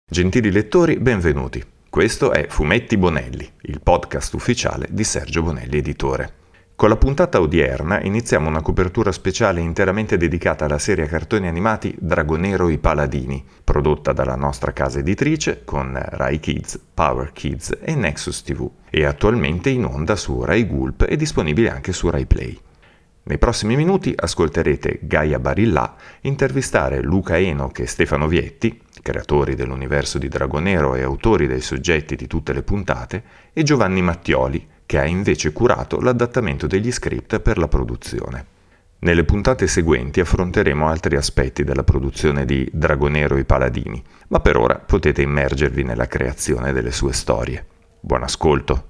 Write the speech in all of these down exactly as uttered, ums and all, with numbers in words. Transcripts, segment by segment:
Gentili lettori, benvenuti. Questo è Fumetti Bonelli, il podcast ufficiale di Sergio Bonelli Editore. Con la puntata odierna iniziamo una copertura speciale interamente dedicata alla serie a cartoni animati Dragonero i Paladini, prodotta dalla nostra casa editrice con Rai Kids, Power Kids e Nexus tivù, e attualmente in onda su Rai Gulp e disponibile anche su Rai Play. Nei prossimi minuti ascolterete Gaia Barillà intervistare Luca Enoch e Stefano Vietti, creatori dell'universo di Dragonero e autori dei soggetti di tutte le puntate, e Giovanni Mattioli, che ha invece curato l'adattamento degli script per la produzione. Nelle puntate seguenti affronteremo altri aspetti della produzione di Dragonero i Paladini, ma per ora potete immergervi nella creazione delle sue storie. Buon ascolto!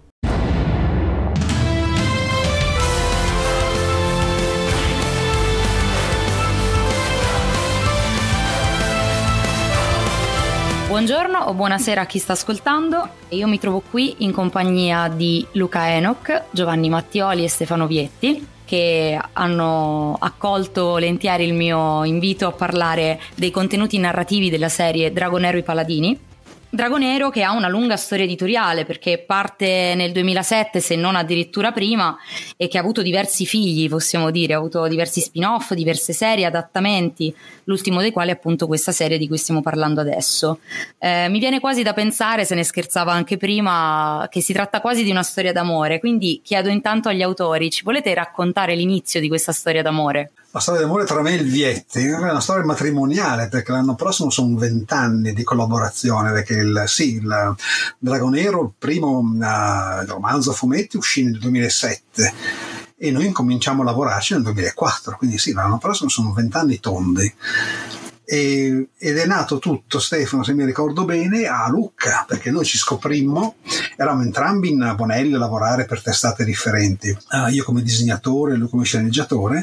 Buongiorno o buonasera a chi sta ascoltando. Io mi trovo qui in compagnia di Luca Enoch, Giovanni Mattioli e Stefano Vietti, che hanno accolto volentieri il mio invito a parlare dei contenuti narrativi della serie Dragonero i Paladini. Dragonero che ha una lunga storia editoriale, perché parte nel duemilasette, se non addirittura prima, e che ha avuto diversi figli, possiamo dire, ha avuto diversi spin-off, diverse serie, adattamenti, l'ultimo dei quali è appunto questa serie di cui stiamo parlando adesso. Eh, mi viene quasi da pensare, se ne scherzava anche prima, che si tratta quasi di una storia d'amore, quindi chiedo intanto agli autori, ci volete raccontare l'inizio di questa storia d'amore? La storia d'amore tra me e il Vietti è una storia matrimoniale, perché l'anno prossimo sono vent'anni di collaborazione, perché il, sì, il Dragonero, il primo uh, romanzo a fumetti, uscì nel duemilasette e noi incominciamo a lavorarci nel duemilaquattro, quindi sì, l'anno prossimo sono vent'anni tondi. E, ed è nato tutto, Stefano, se mi ricordo bene, a Lucca, perché noi ci scoprimmo, eravamo entrambi in Bonelli a lavorare per testate differenti, uh, io come disegnatore, lui come sceneggiatore,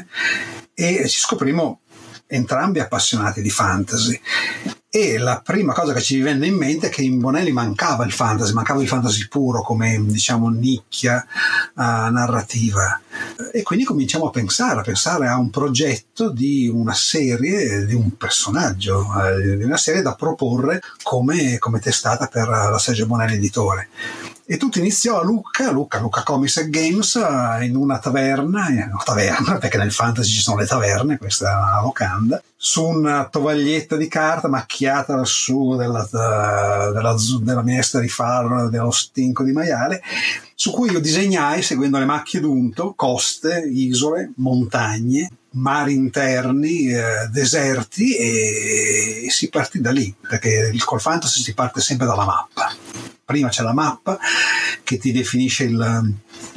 e ci scoprimmo entrambi appassionati di fantasy. E la prima cosa che ci venne in mente è che in Bonelli mancava il fantasy, mancava il fantasy puro come, diciamo, nicchia uh, narrativa, e quindi cominciamo a pensare a pensare a un progetto di una serie, di un personaggio, uh, di una serie da proporre come, come testata per la Sergio Bonelli Editore. E tutto iniziò a Lucca, Lucca, Lucca Comics and Games, in una taverna, in una taverna, perché nel fantasy ci sono le taverne, questa è una locanda, su una tovaglietta di carta macchiata dal sugo della, della, della minestra di farro, dello stinco di maiale, su cui io disegnai, seguendo le macchie d'unto, coste, isole, montagne, mari interni, eh, deserti, e, e si partì da lì, perché col fantasy si parte sempre dalla mappa. Prima c'è la mappa che ti definisce il,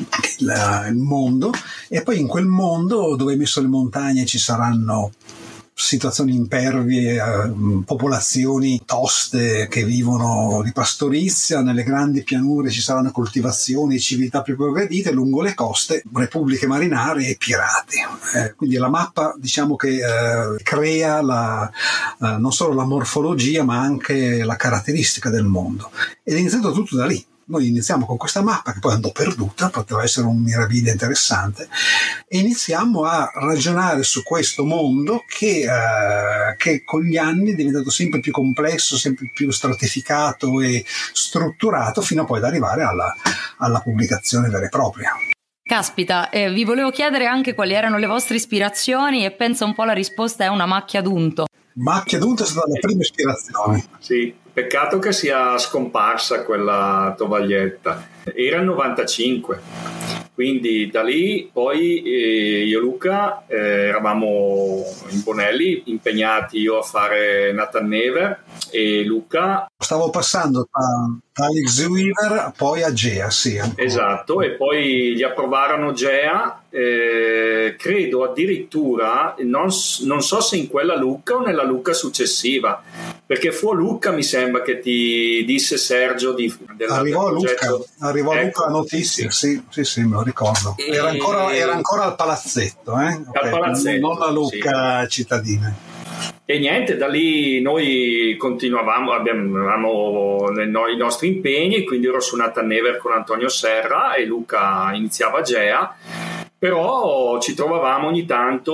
il, il mondo, e poi in quel mondo dove hai messo le montagne ci saranno situazioni impervie, eh, popolazioni toste che vivono di pastorizia, nelle grandi pianure ci saranno coltivazioni e civiltà più progredite, lungo le coste repubbliche marinare e pirati. Eh, quindi la mappa, diciamo che eh, crea la, eh, non solo la morfologia ma anche la caratteristica del mondo, ed è iniziato tutto da lì. Noi iniziamo con questa mappa che poi andò perduta, poteva essere un mirabilie interessante, e iniziamo a ragionare su questo mondo che, eh, che con gli anni è diventato sempre più complesso, sempre più stratificato e strutturato, fino a poi ad arrivare alla, alla pubblicazione vera e propria. Caspita, eh, vi volevo chiedere anche quali erano le vostre ispirazioni, e penso un po' la risposta è una macchia d'unto. Macchia d'unto è stata la prima ispirazione. Sì, peccato che sia scomparsa quella tovaglietta. Era il novantacinque, quindi da lì poi eh, io e Luca eh, eravamo in Bonelli impegnati, io a fare Nathan Never e Luca stavo passando da Alex Weaver poi a Gea, sì, ancora. Esatto, e poi gli approvarono Gea, eh, credo addirittura, non, non so se in quella Lucca o nella Lucca successiva, perché fu a Lucca, mi sembra, che ti disse Sergio di, della, arrivò del a Lucca, arrivò a Lucca la notizia, sì, sì, sì, me lo ricordo. E... Era, ancora, era ancora al palazzetto, eh? Al okay. palazzetto, non la Lucca sì. Cittadina. E niente, da lì noi continuavamo, abbiamo i nostri impegni, quindi ero su Nathan Never con Antonio Serra e Luca iniziava Gea. però ci trovavamo ogni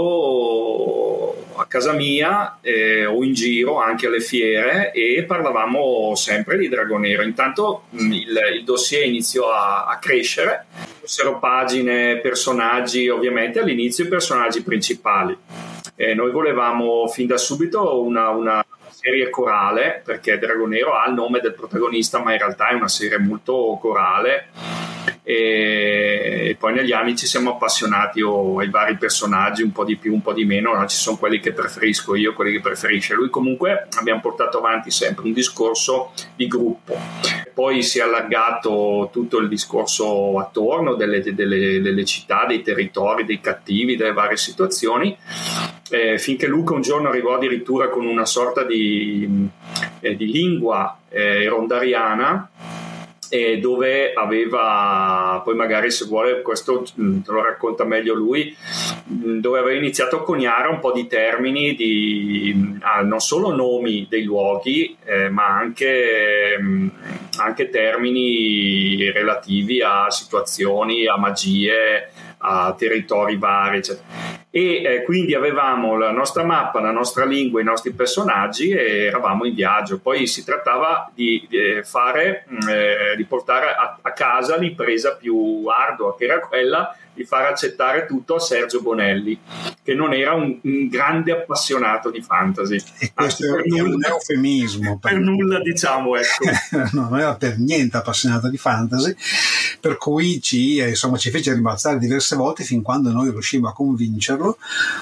tanto a casa mia eh, o in giro anche alle fiere e parlavamo sempre di Dragonero. Intanto mh, il, il dossier iniziò a, a crescere, fossero pagine, personaggi, ovviamente all'inizio i personaggi principali. Eh, noi volevamo fin da subito una, una serie corale, perché Dragonero ha il nome del protagonista, ma in realtà è una serie molto corale, e, e poi negli anni ci siamo appassionati oh, ai vari personaggi, un po' di più, un po' di meno, no? Ci sono quelli che preferisco io, quelli che preferisce lui. Comunque abbiamo portato avanti sempre un discorso di gruppo. Poi si è allargato tutto il discorso attorno delle, delle, delle città, dei territori, dei cattivi, delle varie situazioni, eh, finché Luca un giorno arrivò addirittura con una sorta di, eh, di lingua eh, rondariana, eh, dove aveva, poi magari se vuole questo te lo racconta meglio lui, dove aveva iniziato a coniare un po' di termini, di ah, non solo nomi dei luoghi, eh, ma anche, anche termini relativi a situazioni, a magie, a territori vari, eccetera. E eh, quindi avevamo la nostra mappa, la nostra lingua, i nostri personaggi e eravamo in viaggio. Poi si trattava di, di fare, eh, di portare a, a casa l'impresa più ardua, che era quella di far accettare tutto a Sergio Bonelli, che non era un, un grande appassionato di fantasy. E questo è nulla, un eufemismo. Per, per nulla, diciamo, ecco. No, non era per niente appassionato di fantasy, per cui ci, insomma, ci fece rimbalzare diverse volte fin quando noi riuscimmo a convincerlo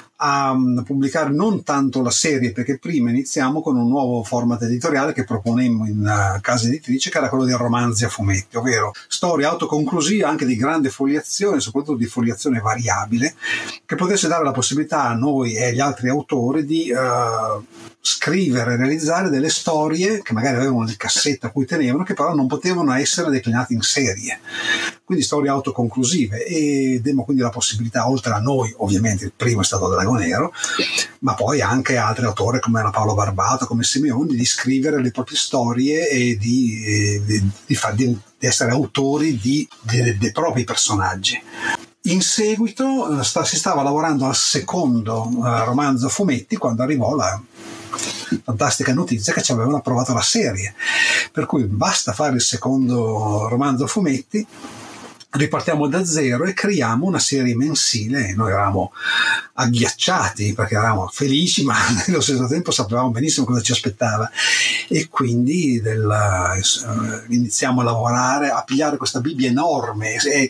a pubblicare non tanto la serie, perché prima iniziamo con un nuovo format editoriale che proponemmo in uh, casa editrice, che era quello dei romanzi a fumetti, ovvero storie autoconclusive anche di grande foliazione, soprattutto di foliazione variabile, che potesse dare la possibilità a noi e agli altri autori di uh, scrivere, realizzare delle storie che magari avevano nel cassetto a cui tenevano, che però non potevano essere declinate in serie, quindi storie autoconclusive. E demmo quindi la possibilità, oltre a noi ovviamente, il primo è stato Dragonero, ma poi anche altri autori come era Paolo Barbato, come Simeoni, di scrivere le proprie storie e di, di, di, far, di, di essere autori di, di, dei propri personaggi. In seguito sta, si stava lavorando al secondo uh, romanzo a fumetti quando arrivò la fantastica notizia che ci avevano approvato la serie, per cui basta fare il secondo romanzo a fumetti, ripartiamo da zero e creiamo una serie mensile. Noi eravamo agghiacciati perché eravamo felici, ma nello stesso tempo sapevamo benissimo cosa ci aspettava, e quindi della, uh, iniziamo a lavorare, a pigliare questa Bibbia enorme e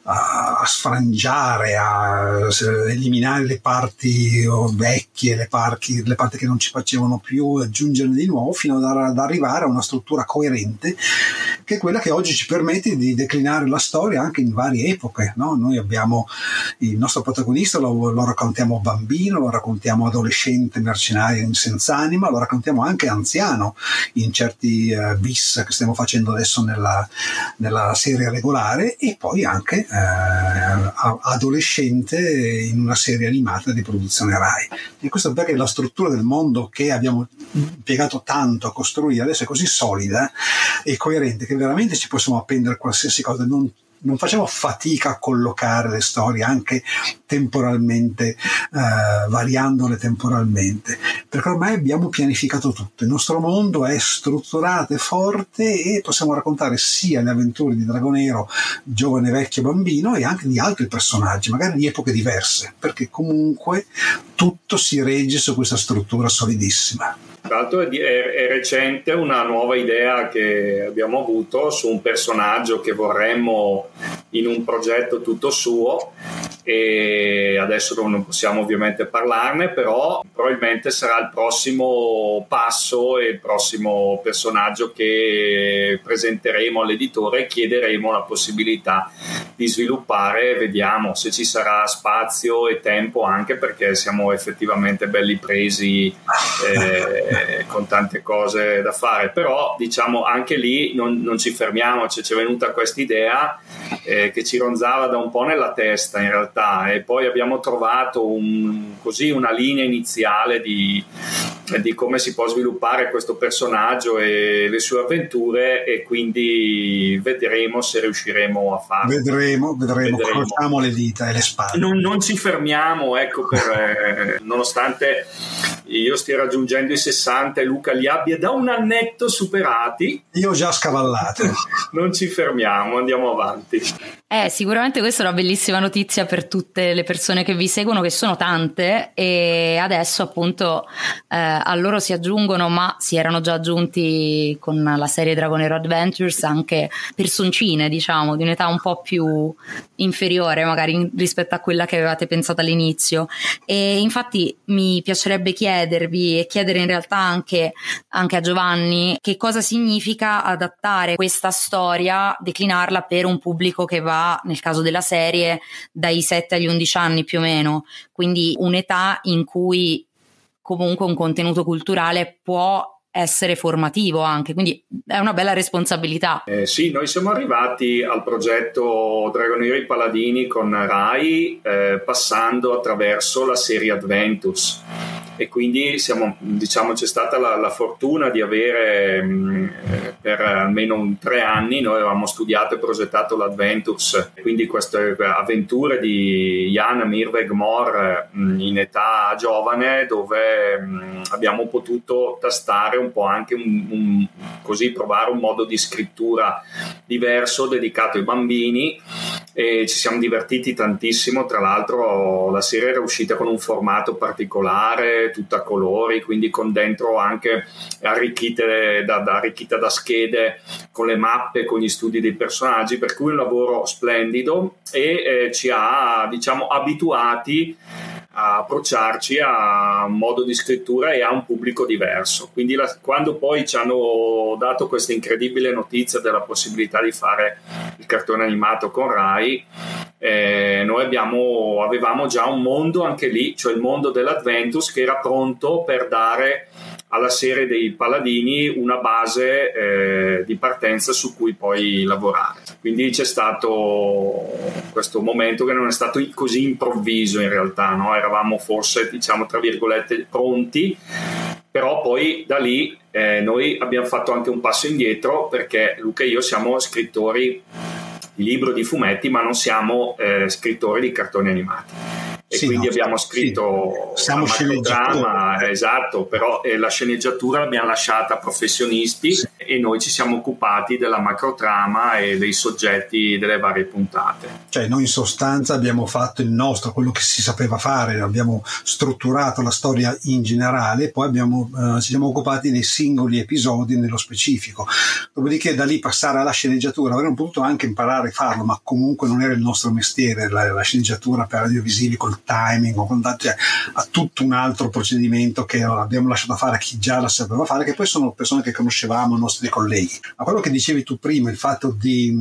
a, a sfrangiare, a, a eliminare le parti vecchie, le parti, le parti che non ci facevano più, aggiungerne di nuovo fino ad, ad arrivare a una struttura coerente, che è quella che oggi ci permette di declinare la storia anche in varie epoche, no? Noi abbiamo il nostro protagonista, lo, lo raccontiamo bambino, lo raccontiamo adolescente mercenario senza anima, lo raccontiamo anche anziano in certi uh, bis che stiamo facendo adesso nella, nella serie regolare, e poi anche uh, adolescente in una serie animata di produzione Rai. E questo perché la struttura del mondo che abbiamo impiegato tanto a costruire adesso è così solida e coerente che veramente ci possiamo appendere qualsiasi cosa. Non Non facciamo fatica a collocare le storie anche temporalmente, eh, variandole temporalmente, perché ormai abbiamo pianificato tutto. Il nostro mondo è strutturato e forte e possiamo raccontare sia le avventure di Dragonero, giovane, vecchio, bambino, e anche di altri personaggi, magari di epoche diverse, perché comunque tutto si regge su questa struttura solidissima. Tra l'altro è, è recente una nuova idea che abbiamo avuto su un personaggio che vorremmo in un progetto tutto suo, e adesso non possiamo ovviamente parlarne, però probabilmente sarà il prossimo passo e il prossimo personaggio che presenteremo all'editore e chiederemo la possibilità di sviluppare. Vediamo se ci sarà spazio e tempo, anche perché siamo effettivamente belli presi eh, con tante cose da fare, però diciamo anche lì non, non ci fermiamo, cioè, ci è venuta questa idea eh, che ci ronzava da un po' nella testa in realtà, realtà, e poi abbiamo trovato un, così una linea iniziale di, di come si può sviluppare questo personaggio e le sue avventure, e quindi vedremo se riusciremo a farlo. Vedremo, vedremo, crociamo le dita e le spalle. Non, non ci fermiamo, ecco, per, eh, nonostante io stia raggiungendo i sessanta e Luca li abbia da un annetto superati. Io ho già scavallato. Non ci fermiamo, andiamo avanti. Eh, sicuramente questa è una bellissima notizia per tutte le persone che vi seguono, che sono tante, e adesso appunto eh, a loro si aggiungono, ma si erano già aggiunti con la serie Dragonero Adventures, anche personcine, diciamo, di un'età un po' più inferiore magari rispetto a quella che avevate pensato all'inizio. E infatti mi piacerebbe chiedervi, e chiedere in realtà anche, anche a Giovanni, che cosa significa adattare questa storia, declinarla per un pubblico che va, nel caso della serie, dai sette agli undici anni più o meno, quindi un'età in cui comunque un contenuto culturale può essere formativo anche, quindi è una bella responsabilità. Eh, sì, noi siamo arrivati al progetto Dragoneri Paladini con Rai eh, passando attraverso la serie Adventus, e quindi siamo, diciamo, c'è stata la, la fortuna di avere mh, per almeno un, tre anni noi avevamo studiato e progettato l'Adventus, quindi queste avventure di Jan Mirveg Mor mh, in età giovane, dove mh, abbiamo potuto tastare un po' anche un, un, così provare un modo di scrittura diverso dedicato ai bambini, e ci siamo divertiti tantissimo. Tra l'altro la serie era uscita con un formato particolare, tutta a colori, quindi con dentro anche arricchite da, da, arricchita da schede, con le mappe, con gli studi dei personaggi, per cui un lavoro splendido, e eh, ci ha, diciamo, abituati a approcciarci a un modo di scrittura e a un pubblico diverso. Quindi la, quando poi ci hanno dato questa incredibile notizia della possibilità di fare il cartone animato con Rai, eh, noi abbiamo, avevamo già un mondo anche lì, cioè il mondo dell'Adventus, che era pronto per dare alla serie dei Paladini una base eh, di partenza su cui poi lavorare. Quindi c'è stato questo momento che non è stato così improvviso in realtà, no? Eravamo forse, diciamo, tra virgolette, pronti, però poi da lì eh, noi abbiamo fatto anche un passo indietro, perché Luca e io siamo scrittori di libro, di fumetti, ma non siamo eh, scrittori di cartoni animati. E sì, quindi no, abbiamo scritto sì. Siamo macrotrama, esatto, però eh, la sceneggiatura l'abbiamo lasciata a professionisti, sì. E noi ci siamo occupati della macrotrama e dei soggetti delle varie puntate. Cioè noi in sostanza abbiamo fatto il nostro, quello che si sapeva fare, abbiamo strutturato la storia in generale, poi abbiamo, eh, ci siamo occupati dei singoli episodi nello specifico. Dopodiché da lì passare alla sceneggiatura, avremmo potuto anche imparare a farlo, ma comunque non era il nostro mestiere, la, la sceneggiatura per audiovisivi col timing o con cioè, a tutto un altro procedimento che abbiamo lasciato fare a chi già la sapeva fare, che poi sono persone che conoscevamo, nostri colleghi. Ma quello che dicevi tu prima, il fatto di,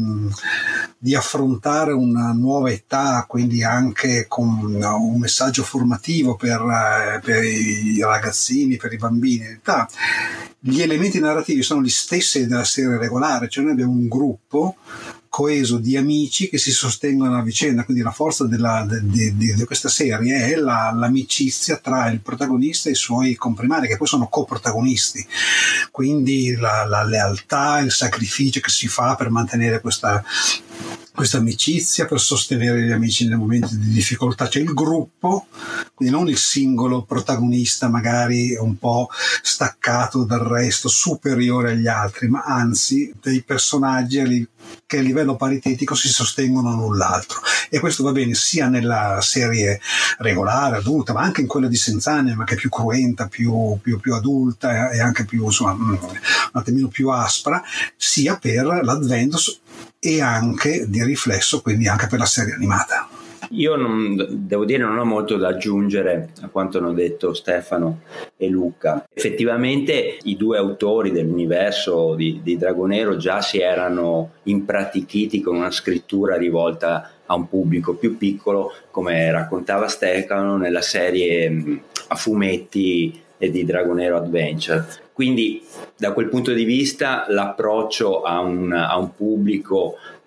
di affrontare una nuova età, quindi anche con un messaggio formativo per, per i ragazzini, per i bambini, in realtà gli elementi narrativi sono gli stessi della serie regolare, cioè noi abbiamo un gruppo coeso di amici che si sostengono a vicenda, quindi la forza della, di, di, di questa serie è la, l'amicizia tra il protagonista e i suoi comprimari, che poi sono coprotagonisti, quindi la, la lealtà, il sacrificio che si fa per mantenere questa questa amicizia, per sostenere gli amici nei momenti di difficoltà. C'è il gruppo, quindi non il singolo protagonista magari un po' staccato dal resto, superiore agli altri, ma anzi dei personaggi che a livello paritetico si sostengono l'un l'altro, e questo va bene sia nella serie regolare, adulta, ma anche in quella di Senz'anima, che è più cruenta, più, più, più adulta e anche più, insomma, un attimino più aspra, sia per l'Adventus e anche di riflesso, quindi anche per la serie animata. Io non, devo dire non ho molto da aggiungere a quanto hanno detto Stefano e Luca. Effettivamente i due autori dell'universo di, di Dragonero già si erano impratichiti con una scrittura rivolta a un pubblico più piccolo, come raccontava Stefano nella serie a fumetti di Dragonero Adventure. Quindi da quel punto di vista l'approccio a un, a un pubblico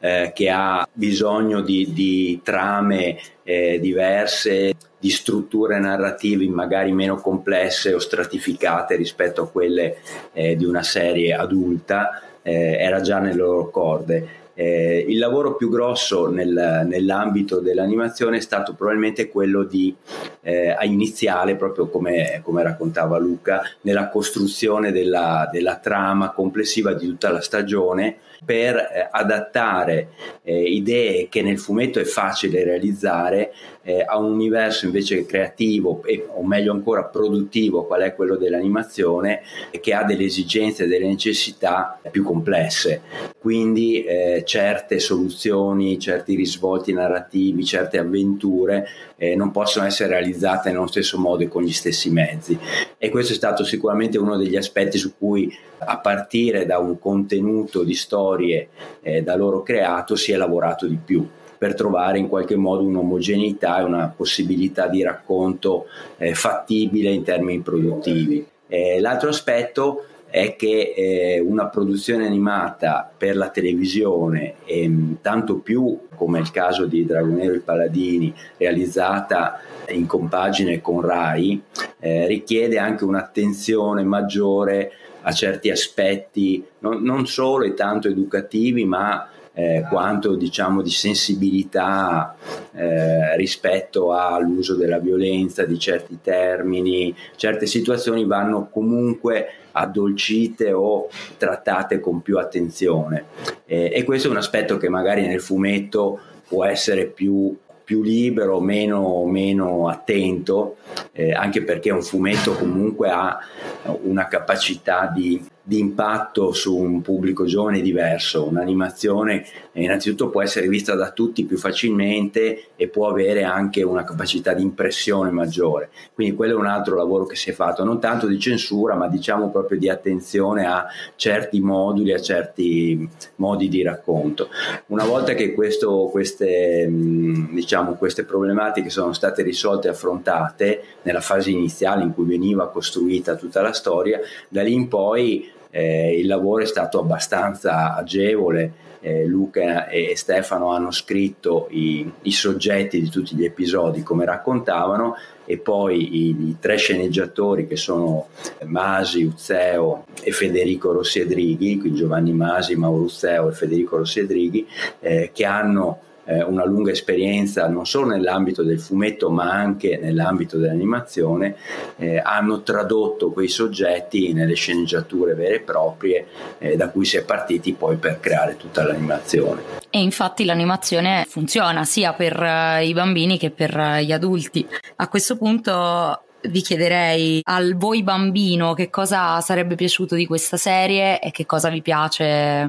eh, che ha bisogno di, di trame eh, diverse, di strutture narrative magari meno complesse o stratificate rispetto a quelle eh, di una serie adulta, eh, era già nelle loro corde. Eh, il lavoro più grosso nel, nell'ambito dell'animazione è stato probabilmente quello di eh, iniziale, proprio come, come raccontava Luca, nella costruzione della, della trama complessiva di tutta la stagione, per eh, adattare eh, idee che nel fumetto è facile realizzare eh, a un universo invece creativo e, o meglio ancora produttivo, qual è quello dell'animazione, che ha delle esigenze e delle necessità più complesse. Quindi eh, certe soluzioni, certi risvolti narrativi, certe avventure eh, non possono essere realizzate nello stesso modo e con gli stessi mezzi, e questo è stato sicuramente uno degli aspetti su cui, a partire da un contenuto di storie eh, da loro creato, si è lavorato di più per trovare in qualche modo un'omogeneità e una possibilità di racconto eh, fattibile in termini produttivi. Eh, l'altro aspetto è che eh, una produzione animata per la televisione, e tanto più come il caso di Dragonero e i Paladini, realizzata in compagine con Rai, eh, richiede anche un'attenzione maggiore a certi aspetti non, non solo e tanto educativi, ma eh, quanto diciamo di sensibilità eh, rispetto all'uso della violenza, di certi termini. Certe situazioni vanno comunque addolcite o trattate con più attenzione, eh, e questo è un aspetto che magari nel fumetto può essere più più libero, meno, meno attento, eh, anche perché un fumetto comunque ha una capacità di, di impatto su un pubblico giovane diverso. Un'animazione eh, innanzitutto può essere vista da tutti più facilmente e può avere anche una capacità di impressione maggiore, quindi quello è un altro lavoro che si è fatto, non tanto di censura ma diciamo proprio di attenzione a certi moduli, a certi modi di racconto. Una volta che questo, queste diciamo queste problematiche sono state risolte e affrontate nella fase iniziale in cui veniva costruita tutta la storia, da lì in poi eh, il lavoro è stato abbastanza agevole. Eh, Luca e Stefano hanno scritto i, i soggetti di tutti gli episodi come raccontavano, e poi i, i tre sceneggiatori che sono Masi, Uzzeo e Federico Rossiedrighi, quindi Giovanni Masi, Mauro Uzzeo e Federico Rossiedrighi, eh, che hanno una lunga esperienza non solo nell'ambito del fumetto ma anche nell'ambito dell'animazione, eh, hanno tradotto quei soggetti nelle sceneggiature vere e proprie, eh, da cui si è partiti poi per creare tutta l'animazione. E infatti l'animazione funziona sia per uh, i bambini che per uh, gli adulti. A questo punto vi chiederei, al voi bambino, che cosa sarebbe piaciuto di questa serie e che cosa vi piace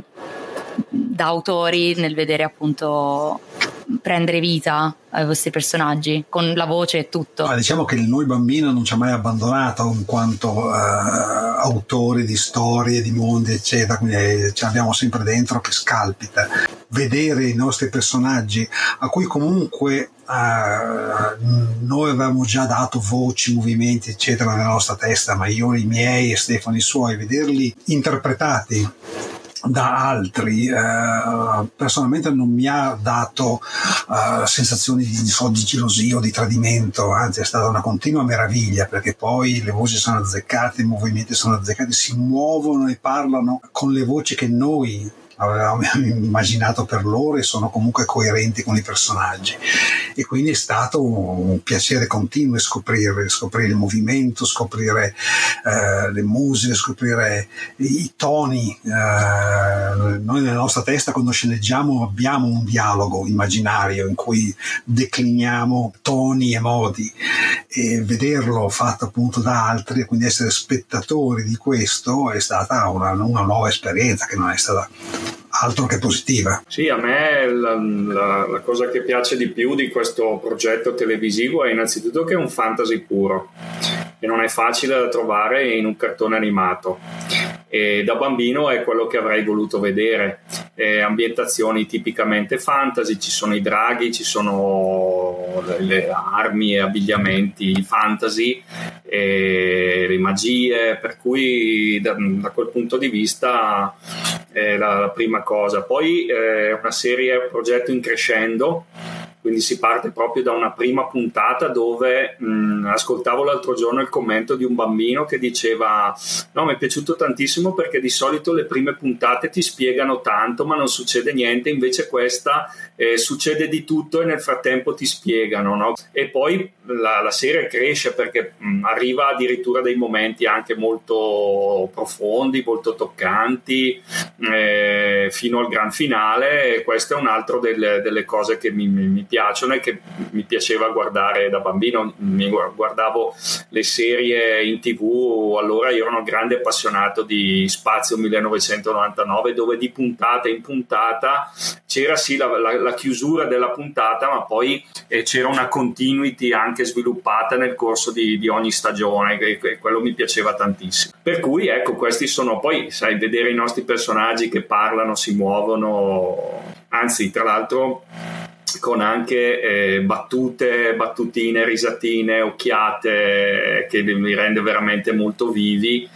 da autori nel vedere appunto prendere vita ai vostri personaggi con la voce e tutto. Ah, diciamo che il noi bambino non ci ha mai abbandonato in quanto uh, autori di storie, di mondi eccetera, quindi ce l'abbiamo sempre dentro che scalpita. Vedere i nostri personaggi a cui comunque uh, noi avevamo già dato voci, movimenti eccetera nella nostra testa, ma io i miei e Stefano i suoi, vederli interpretati da altri eh, personalmente non mi ha dato eh, sensazioni di, so, di gelosia o di tradimento, anzi è stata una continua meraviglia, perché poi le voci sono azzeccate, i movimenti sono azzeccati, si muovono e parlano con le voci che noi avevamo immaginato per loro e sono comunque coerenti con i personaggi, e quindi è stato un piacere continuo scoprire, scoprire il movimento, scoprire eh, le musiche, scoprire i, i toni. Eh, noi nella nostra testa quando sceneggiamo abbiamo un dialogo immaginario in cui decliniamo toni e modi, e vederlo fatto appunto da altri e quindi essere spettatori di questo è stata una, una nuova esperienza che non è stata altro che positiva. Sì, a me la, la, la cosa che piace di più di questo progetto televisivo è innanzitutto che è un fantasy puro e non è facile da trovare in un cartone animato, e da bambino è quello che avrei voluto vedere. Eh, ambientazioni tipicamente fantasy, ci sono i draghi, ci sono le, le armi e abbigliamenti fantasy e le magie, per cui da, da quel punto di vista è la, la prima cosa. Poi è eh, una serie, un progetto in crescendo, quindi si parte proprio da una prima puntata dove mh, ascoltavo l'altro giorno il commento di un bambino che diceva: no, mi è piaciuto tantissimo perché di solito le prime puntate ti spiegano tanto ma non succede niente, invece questa eh, succede di tutto e nel frattempo ti spiegano, no? E poi la, la serie cresce perché mh, arriva addirittura dei momenti anche molto profondi, molto toccanti, eh, fino al gran finale, e questo è un altro delle, delle cose che mi, mi, mi piacciono e che mi piaceva guardare da bambino. Mi guardavo le serie in tv, allora io ero un grande appassionato di Spazio millenovecentonovantanove, dove di puntata in puntata c'era sì la, la, la chiusura della puntata, ma poi eh, c'era una continuity anche sviluppata nel corso di, di ogni stagione, e, e quello mi piaceva tantissimo. Per cui ecco, questi sono, poi sai, vedere i nostri personaggi che parlano, si muovono, anzi tra l'altro con anche eh, battute, battutine, risatine, occhiate, che mi rende veramente molto vivi.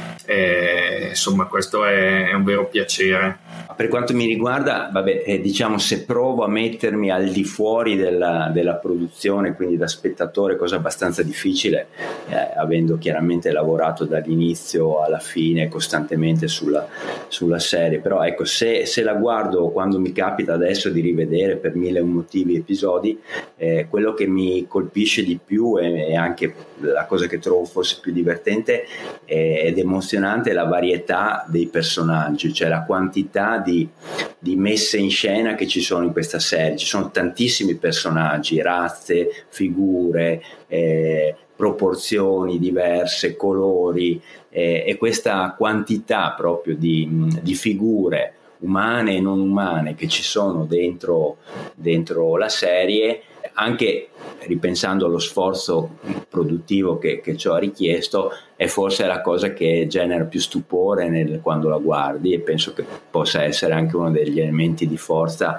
Eh, insomma, questo è, è un vero piacere. Per quanto mi riguarda, vabbè, eh, diciamo, se provo a mettermi al di fuori della, della produzione, quindi da spettatore, cosa abbastanza difficile, eh, avendo chiaramente lavorato dall'inizio alla fine costantemente sulla, sulla serie, però ecco, se, se la guardo quando mi capita adesso di rivedere per mille e un motivi episodi, eh, quello che mi colpisce di più e, e anche la cosa che trovo forse più divertente eh, ed emozionante è la varietà dei personaggi, cioè la quantità di, di messe in scena che ci sono in questa serie. Ci sono tantissimi personaggi, razze, figure, eh, proporzioni diverse, colori, eh, e questa quantità proprio di, di figure umane e non umane che ci sono dentro, dentro la serie, anche ripensando allo sforzo produttivo che, che ciò ha richiesto, è forse la cosa che genera più stupore nel, quando la guardi, e penso che possa essere anche uno degli elementi di forza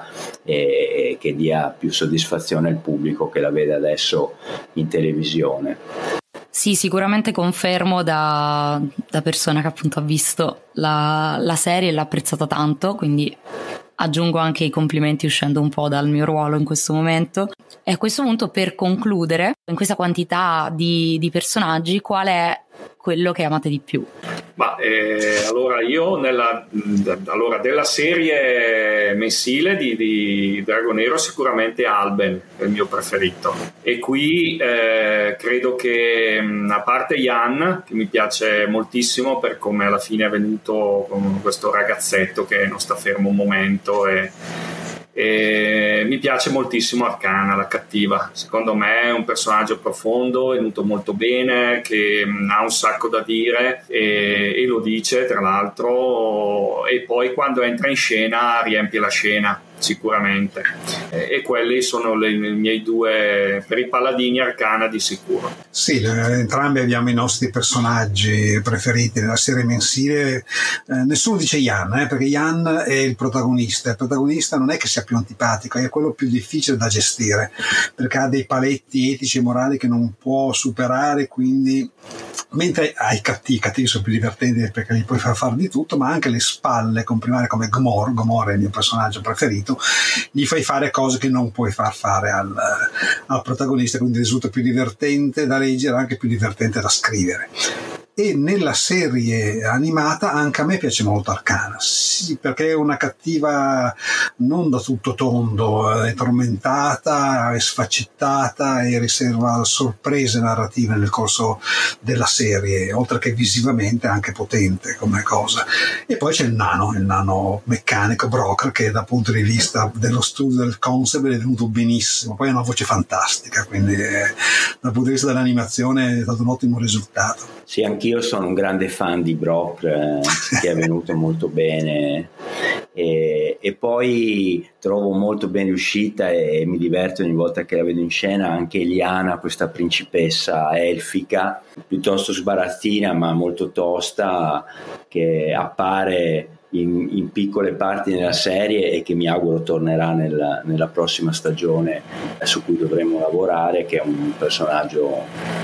e che dia più soddisfazione al pubblico che la vede adesso in televisione. Sì, sicuramente confermo da, da persona che appunto ha visto la, la serie e l'ha apprezzata tanto, quindi aggiungo anche i complimenti uscendo un po' dal mio ruolo in questo momento. E a questo punto, per concludere, in questa quantità di, di personaggi, qual è quello che amate di più? Ma eh, allora io nella allora della serie mensile di, di Dragonero sicuramente Alben è il mio preferito, e qui eh, credo che a parte Jan, che mi piace moltissimo per come alla fine è venuto con questo ragazzetto che non sta fermo un momento, e E mi piace moltissimo Arcana, la cattiva. Secondo me è un personaggio profondo, è venuto molto bene, che ha un sacco da dire e, e lo dice tra l'altro, e poi quando entra in scena riempie la scena sicuramente, e, e quelli sono le, i miei due, per i paladini Arcana di sicuro. Sì, entrambi abbiamo i nostri personaggi preferiti nella serie mensile. Eh, nessuno dice Jan, eh, perché Jan è il protagonista. Il protagonista non è che sia più antipatico, è quello più difficile da gestire, perché ha dei paletti etici e morali che non può superare, quindi mentre ai cattivi, i cattivi sono più divertenti perché gli puoi far fare di tutto, ma anche le spalle comprimare come Gmor, Gmor è il mio personaggio preferito, gli fai fare cose che non puoi far fare al, al protagonista, quindi risulta più divertente da leggere, anche più divertente da scrivere. E nella serie animata anche a me piace molto Arcana, sì, perché è una cattiva non da tutto tondo, è tormentata, è sfaccettata e riserva sorprese narrative nel corso della serie, oltre che visivamente anche potente come cosa. E poi c'è il nano, il nano meccanico Broker, che dal punto di vista dello studio del concept è venuto benissimo, poi ha una voce fantastica, quindi eh, dal punto di vista dell'animazione è stato un ottimo risultato. Sì, anch'io sono un grande fan di Brock, eh, che è venuto molto bene, e, e poi trovo molto ben riuscita e mi diverto ogni volta che la vedo in scena anche Eliana, questa principessa elfica, piuttosto sbarazzina ma molto tosta, che appare in, in piccole parti nella serie e che mi auguro tornerà nella, nella prossima stagione su cui dovremo lavorare, che è un personaggio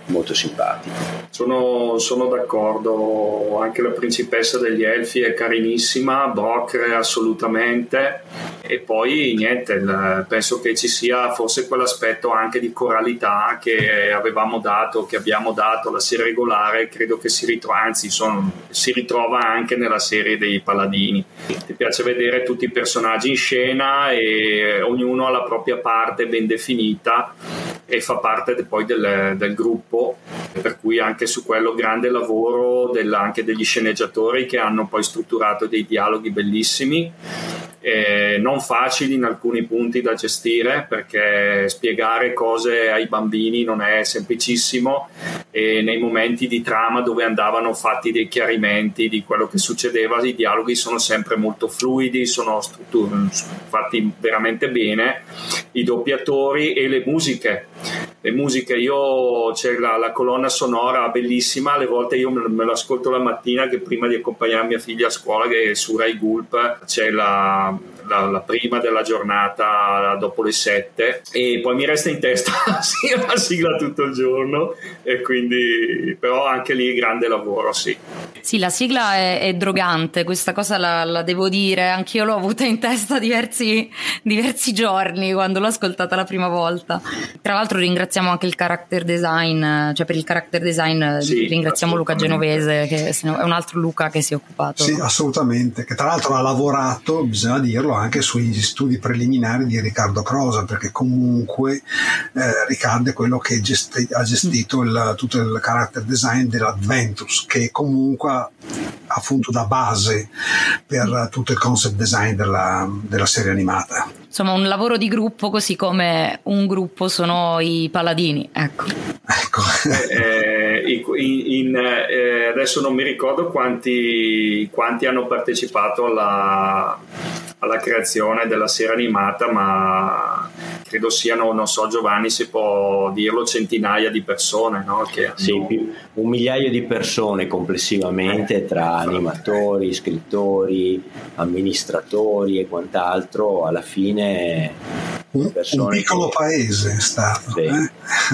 molto simpatico. Sono, sono d'accordo, anche la principessa degli elfi è carinissima, Brocre assolutamente, e poi niente, il, penso che ci sia forse quell'aspetto anche di coralità che avevamo dato, che abbiamo dato alla serie regolare, credo che si ritrova, anzi sono, si ritrova anche nella serie dei Paladini. Ti piace vedere tutti i personaggi in scena e ognuno ha la propria parte ben definita e fa parte de, poi del, del gruppo, per cui anche su quello grande lavoro del, anche degli sceneggiatori che hanno poi strutturato dei dialoghi bellissimi, eh, non facili in alcuni punti da gestire, perché spiegare cose ai bambini non è semplicissimo, e nei momenti di trama dove andavano fatti dei chiarimenti di quello che succedeva, i dialoghi sono sempre molto fluidi, sono struttur- fatti veramente bene, i doppiatori e le musiche le musiche io c'è la, la colonna sonora bellissima, alle volte io me, me l'ascolto la mattina, che prima di accompagnare mia figlia a scuola, che su Rai Gulp c'è la, la, la prima della giornata dopo le sette, e poi mi resta in testa la sigla tutto il giorno, e quindi però anche lì grande lavoro. Sì, sì, la sigla è, è drogante, questa cosa la, la devo dire, anch'io l'ho avuta in testa diversi, diversi giorni quando l'ho ascoltata la prima volta. Tra l'altro ringraziamo anche il character design, cioè per il character design sì, ringraziamo Luca Genovese, che è un altro Luca che si è occupato. Sì, assolutamente, che tra l'altro ha lavorato, bisogna dirlo, anche sugli studi preliminari di Riccardo Crosa, perché comunque eh, Riccardo è quello che gesti- ha gestito il, tutto il character design dell'Adventus, che comunque ha appunto da base per tutto il concept design della, della serie animata. Insomma, un lavoro di gruppo, così come un gruppo sono i Paladini, ecco. ecco. eh, in, in, eh, adesso non mi ricordo quanti, quanti hanno partecipato alla, alla creazione della serie animata, ma credo siano, non so Giovanni se può dirlo, centinaia di persone, no? Che hanno... Sì, più, un migliaio di persone complessivamente, tra animatori, scrittori, amministratori e quant'altro. Alla fine un, un piccolo che... paese è stato. Sì. Eh?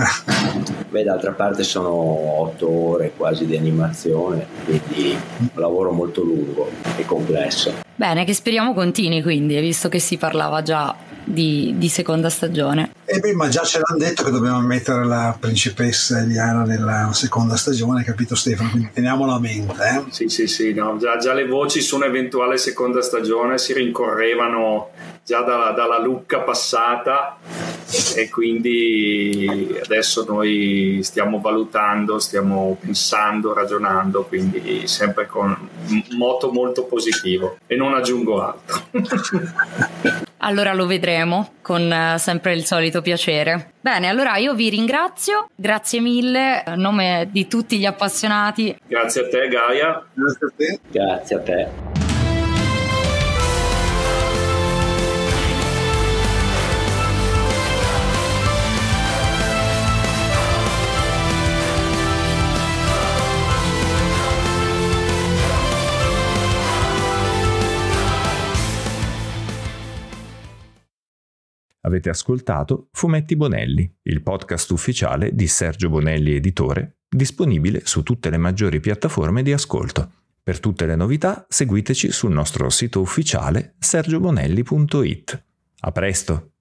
Beh, d'altra parte sono otto ore quasi di animazione, quindi un lavoro molto lungo e complesso. Bene, che speriamo continui, quindi, visto che si parlava già di, di seconda stagione. E beh, ma già ce l'hanno detto che dobbiamo mettere la principessa Eliana nella seconda stagione, capito Stefano? Quindi teniamolo a mente. Eh? Sì, sì, sì, no, già, già le voci su un'eventuale seconda stagione si rincorrevano già dalla, dalla Lucca passata, e quindi adesso noi stiamo valutando, stiamo pensando, ragionando, quindi sempre con un moto molto positivo, e non aggiungo altro. Allora lo vedremo con uh, sempre il solito piacere. Bene, allora io vi ringrazio, grazie mille a nome di tutti gli appassionati. Grazie a te Gaia. Grazie a te. Grazie a te. Avete ascoltato Fumetti Bonelli, il podcast ufficiale di Sergio Bonelli Editore, disponibile su tutte le maggiori piattaforme di ascolto. Per tutte le novità seguiteci sul nostro sito ufficiale sergiobonelli punto it. A presto!